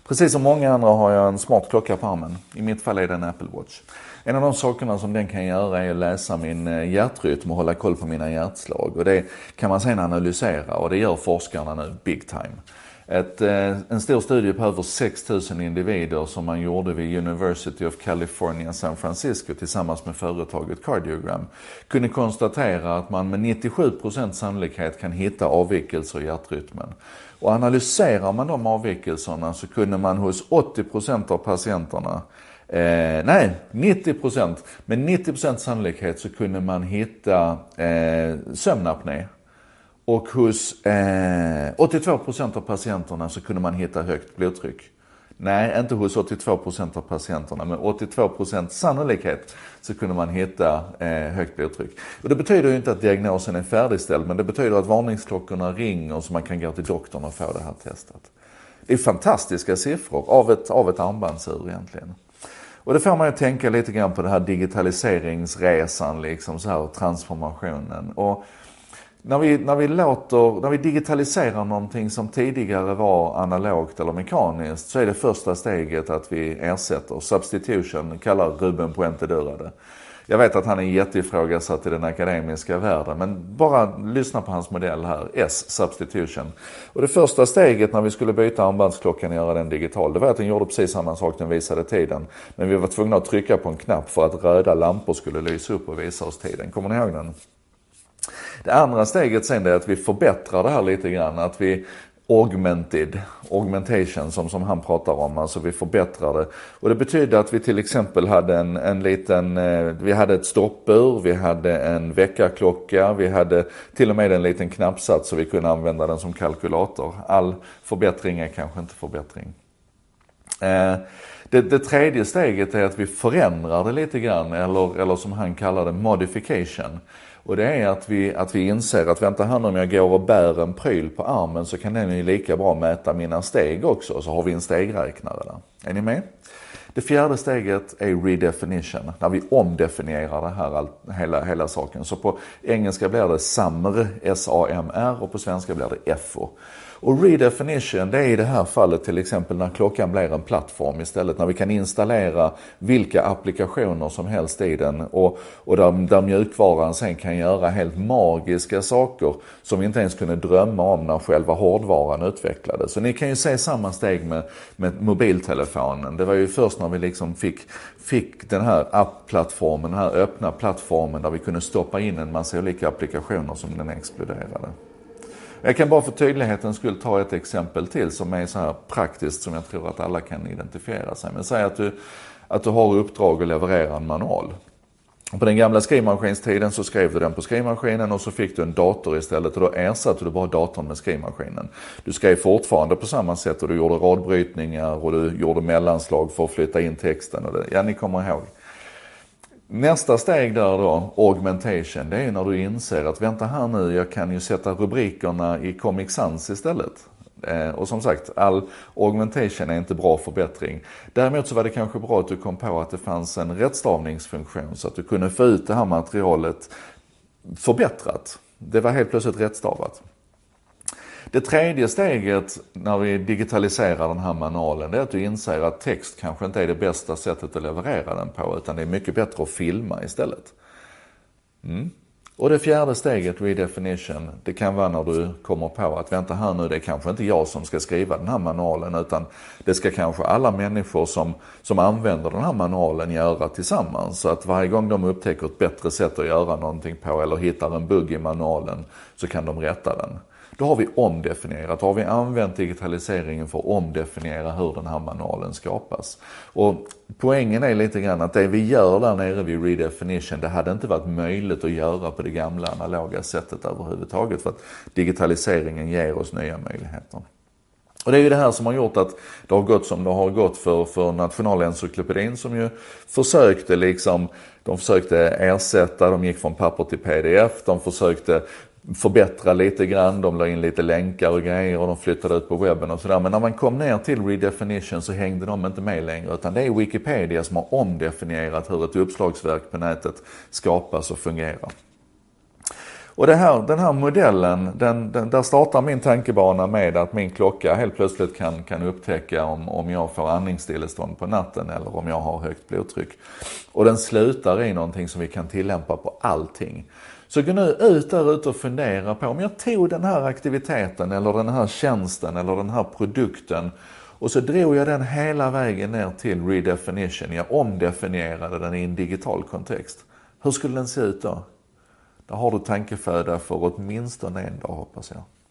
Precis som många andra har jag en smart klocka på armen. I mitt fall är det en Apple Watch. En av de sakerna som den kan göra är att läsa min hjärtrytm och hålla koll på mina hjärtslag. Och det kan man sedan analysera och det gör forskarna nu big time. En stor studie på över 6 000 individer som man gjorde vid University of California San Francisco tillsammans med företaget Cardiogram kunde konstatera att man med 97% sannolikhet kan hitta avvikelser i hjärtrytmen. Och analyserar man de avvikelserna så kunde man hos 80% av patienterna 90%. Med 90% sannolikhet så kunde man hitta sömnapné. Och hos 82% av patienterna så kunde man hitta högt blodtryck. Nej, inte hos 82% av patienterna, men 82% sannolikhet så kunde man hitta högt blodtryck. Och det betyder ju inte att diagnosen är färdigställd, men det betyder att varningsklockorna ringer så man kan gå till doktorn och få det här testat. Det är fantastiska siffror av ett armbandsur egentligen. Och det får man ju tänka lite grann på den här digitaliseringsresan, liksom så här, transformationen. Och när vi digitaliserar någonting som tidigare var analogt eller mekaniskt så är det första steget att vi ersätter. Substitution kallar Ruben Puente Dura det. Jag vet att han är jätteifrågasatt i den akademiska världen, men bara lyssna på hans modell här, substitution. Och det första steget när vi skulle byta armbandsklockan och göra den digital, det var att den gjorde precis samma sak, den visade tiden. Men vi var tvungna att trycka på en knapp för att röda lampor skulle lysa upp och visa oss tiden. Kommer ni ihåg den? Det andra steget sen är att vi förbättrar det här lite grann, att vi augmentation som han pratar om, alltså vi förbättrar det. Och det betyder att vi till exempel hade vi hade ett stoppur, vi hade en väckarklocka, vi hade till och med en liten knappsats så vi kunde använda den som kalkylator. All förbättring är kanske inte förbättring. Det tredje steget är att vi förändrar det lite grann, eller som han kallar det, modification. Och det är att vi inser att vänta här, om jag går och bär en pryl på armen så kan den ju lika bra mäta mina steg också. Så har vi en stegräknare där. Är ni med? Det fjärde steget är redefinition. När vi omdefinierar det här, hela saken. Så på engelska blir det SAMR, S-A-M-R, och på svenska blir det FO. Och redefinition, det är i det här fallet till exempel när klockan blir en plattform istället. När vi kan installera vilka applikationer som helst i den och där mjukvaran sen kan göra helt magiska saker som vi inte ens kunde drömma om när själva hårdvaran utvecklades. Så ni kan ju se samma steg med mobiltelefonen. Det var ju först när vi liksom fick den här app-plattformen, den här öppna plattformen där vi kunde stoppa in en massa olika applikationer som den exploderade. Jag kan bara för tydlighetens skull ta ett exempel till som är så här praktiskt som jag tror att alla kan identifiera sig. Men säg att du har uppdrag att leverera en manual. På den gamla skrivmaskinstiden så skrev du den på skrivmaskinen och så fick du en dator istället och då ersatte du bara datorn med skrivmaskinen. Du skrev fortfarande på samma sätt och du gjorde radbrytningar och du gjorde mellanslag för att flytta in texten. Ja, ni kommer ihåg. Nästa steg där då, augmentation, det är när du inser att vänta här nu, jag kan ju sätta rubrikerna i Comic Sans istället. Och som sagt, all augmentation är inte bra förbättring. Däremot så var det kanske bra att du kom på att det fanns en rättstavningsfunktion så att du kunde få ut det här materialet förbättrat. Det var helt plötsligt rättstavat. Det tredje steget när vi digitaliserar den här manualen, det är att du inser att text kanske inte är det bästa sättet att leverera den på, utan det är mycket bättre att filma istället. Och det fjärde steget, redefinition, det kan vara när du kommer på att vänta här nu, det är kanske inte jag som ska skriva den här manualen, utan det ska kanske alla människor som använder den här manualen göra tillsammans. Så att varje gång de upptäcker ett bättre sätt att göra någonting på eller hittar en bugg i manualen så kan de rätta den. Då har vi omdefinierat, då har vi använt digitaliseringen för att omdefiniera hur den här manualen skapas. Och poängen är lite grann att det vi gör där nere vid redefinition, det hade inte varit möjligt att göra på det gamla analoga sättet överhuvudtaget, för att digitaliseringen ger oss nya möjligheter. Och det är ju det här som har gjort att det har gått som det har gått för Nationalencyklopedin, som ju försökte de försökte ersätta, de gick från papper till pdf, de försökte förbättra lite grann, de la in lite länkar och grejer och de flyttade ut på webben och sådär. Men när man kom ner till redefinition så hängde de inte med längre, utan det är Wikipedia som har omdefinierat hur ett uppslagsverk på nätet skapas och fungerar. Och den här modellen, där startar min tankebana med att min klocka helt plötsligt kan upptäcka om jag får andningsstillestånd på natten eller om jag har högt blodtryck. Och den slutar i någonting som vi kan tillämpa på allting. Så gå nu ut där ute och fundera på om jag tog den här aktiviteten eller den här tjänsten eller den här produkten och så drog jag den hela vägen ner till redefinition. Jag omdefinierade den i en digital kontext. Hur skulle den se ut då? Där har du tankeföda för åtminstone en dag, hoppas jag.